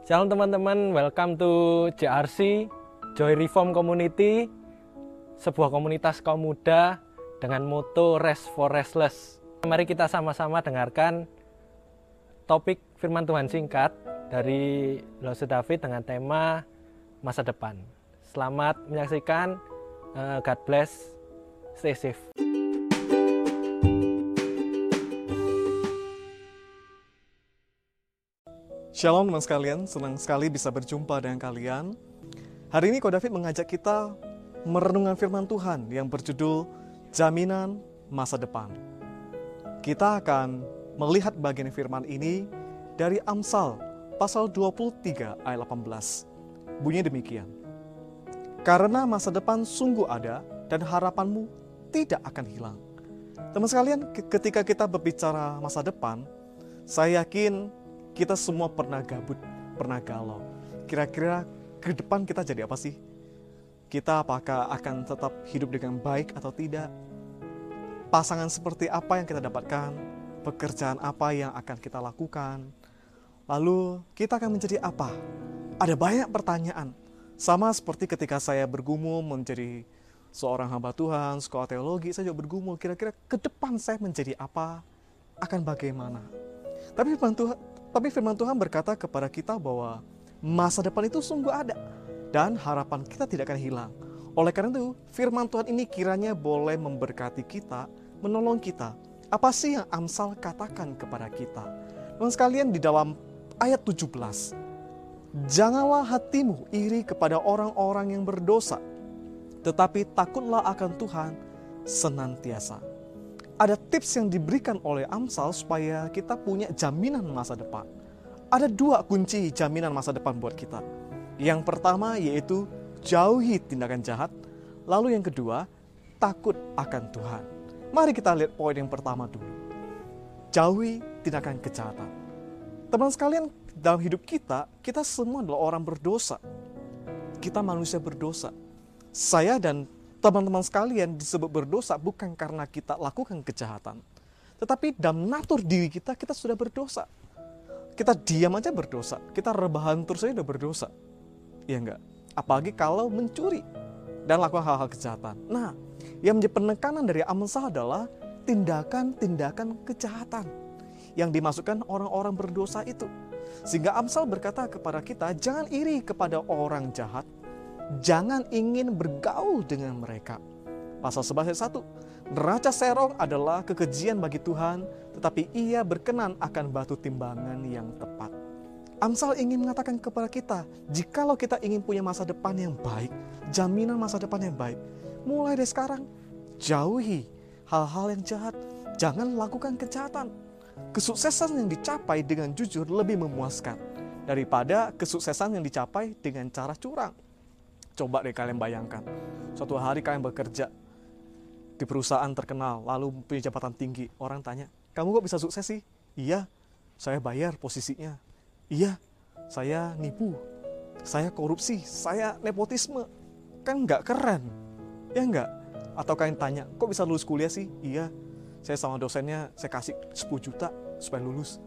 Shalom teman-teman, welcome to JRC, Joy Reform Community, sebuah komunitas kaum muda dengan moto Rest for Restless. Mari kita sama-sama dengarkan topik firman Tuhan singkat dari Lose David dengan tema masa depan. Selamat menyaksikan, God bless, stay safe. Shalom teman sekalian, senang sekali bisa berjumpa dengan kalian. Hari ini Ko David mengajak kita merenungkan firman Tuhan yang berjudul Jaminan Masa Depan. Kita akan melihat bagian firman ini dari Amsal pasal 23 ayat 18. Bunyinya demikian. Karena masa depan sungguh ada dan harapanmu tidak akan hilang. Teman sekalian, ketika kita berbicara masa depan, saya yakin kita semua pernah gabut, pernah galau. Kira-kira ke depan kita jadi apa sih? Kita apakah akan tetap hidup dengan baik atau tidak? Pasangan seperti apa yang kita dapatkan? Pekerjaan apa yang akan kita lakukan? Lalu kita akan menjadi apa? Ada banyak pertanyaan. Sama seperti ketika saya bergumul menjadi seorang hamba Tuhan, sekolah teologi, saya juga bergumul. Kira-kira ke depan saya menjadi apa? Akan bagaimana? Tapi firman Tuhan berkata kepada kita bahwa masa depan itu sungguh ada dan harapan kita tidak akan hilang. Oleh karena itu, firman Tuhan ini kiranya boleh memberkati kita, menolong kita. Apa sih yang Amsal katakan kepada kita? Teman sekalian, di dalam ayat 17, janganlah hatimu iri kepada orang-orang yang berdosa, tetapi takutlah akan Tuhan senantiasa. Ada tips yang diberikan oleh Amsal supaya kita punya jaminan masa depan. Ada dua kunci jaminan masa depan buat kita. Yang pertama yaitu jauhi tindakan jahat. Lalu yang kedua, takut akan Tuhan. Mari kita lihat poin yang pertama dulu. Jauhi tindakan kejahatan. Teman sekalian, dalam hidup kita semua adalah orang berdosa. Kita manusia berdosa. Saya dan teman-teman sekalian disebut berdosa bukan karena kita lakukan kejahatan. Tetapi dalam natur diri kita sudah berdosa. Kita diam aja berdosa. Kita rebahan terus aja udah berdosa. Iya enggak? Apalagi kalau mencuri dan lakukan hal-hal kejahatan. Nah, yang menjadi penekanan dari Amsal adalah tindakan-tindakan kejahatan yang dimasukkan orang-orang berdosa itu. Sehingga Amsal berkata kepada kita, jangan iri kepada orang jahat. Jangan ingin bergaul dengan mereka. Pasal 11 ayat 1. Neraca serong adalah kekejian bagi Tuhan, tetapi ia berkenan akan batu timbangan yang tepat. Amsal ingin mengatakan kepada kita, jikalau kita ingin punya masa depan yang baik, jaminan masa depan yang baik, mulai dari sekarang, jauhi hal-hal yang jahat. Jangan lakukan kejahatan. Kesuksesan yang dicapai dengan jujur lebih memuaskan daripada kesuksesan yang dicapai dengan cara curang. Coba deh kalian bayangkan, suatu hari kalian bekerja di perusahaan terkenal, lalu punya jabatan tinggi. Orang tanya, kamu kok bisa sukses sih? Iya, saya bayar posisinya. Iya, saya nipu. Saya korupsi, saya nepotisme. Kan nggak keren, ya nggak? Atau kalian tanya, kok bisa lulus kuliah sih? Iya, saya sama dosennya, saya kasih 10 juta supaya lulus.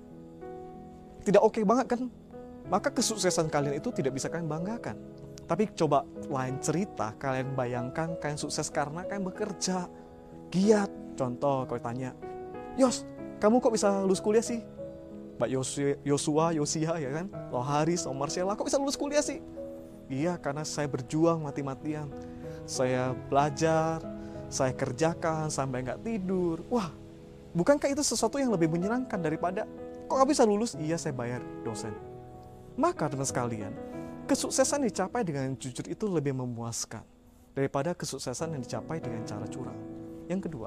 Tidak oke banget kan? Maka kesuksesan kalian itu tidak bisa kalian banggakan. Tapi coba lain cerita, kalian bayangkan kalian sukses karena kalian bekerja giat. Contoh, kalau tanya, Yos, kamu kok bisa lulus kuliah sih? Mbak Yosia ya kan? Loh Haris, Om Marcella, kok bisa lulus kuliah sih? Iya, karena saya berjuang mati-matian. Saya belajar, saya kerjakan sampai nggak tidur. Wah, bukankah itu sesuatu yang lebih menyenangkan daripada, kok nggak bisa lulus? Iya, saya bayar dosen. Maka teman sekalian, kesuksesan dicapai dengan jujur itu lebih memuaskan daripada kesuksesan yang dicapai dengan cara curang. Yang kedua,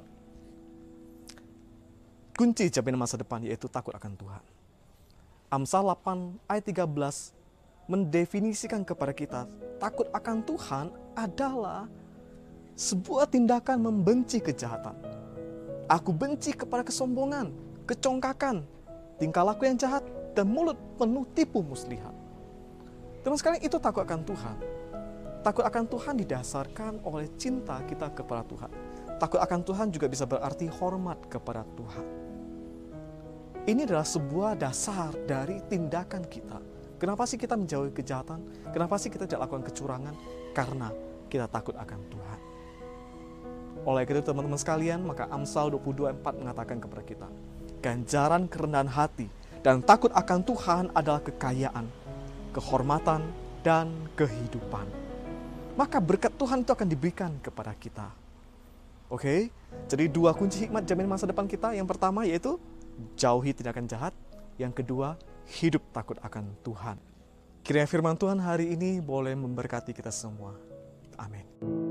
kunci jaminan masa depan yaitu takut akan Tuhan. Amsal 8 ayat 13 mendefinisikan kepada kita, takut akan Tuhan adalah sebuah tindakan membenci kejahatan. Aku benci kepada kesombongan, kecongkakan, tingkah laku yang jahat, dan mulut penuh tipu muslihat. Teman sekalian, itu takut akan Tuhan. Takut akan Tuhan didasarkan oleh cinta kita kepada Tuhan. Takut akan Tuhan juga bisa berarti hormat kepada Tuhan. Ini adalah sebuah dasar dari tindakan kita Kenapa sih kita menjauhi kejahatan? Kenapa sih kita tidak lakukan kecurangan? Karena kita takut akan Tuhan. Oleh itu teman-teman sekalian, maka Amsal 22:4 mengatakan kepada kita, ganjaran kerendahan hati dan takut akan Tuhan adalah kekayaan, kehormatan, dan kehidupan. Maka berkat Tuhan itu akan diberikan kepada kita. Oke, jadi 2 kunci hikmat jamin masa depan kita. Yang pertama yaitu jauhi tindakan jahat. Yang kedua, hidup takut akan Tuhan. Kiranya firman Tuhan hari ini boleh memberkati kita semua. Amin.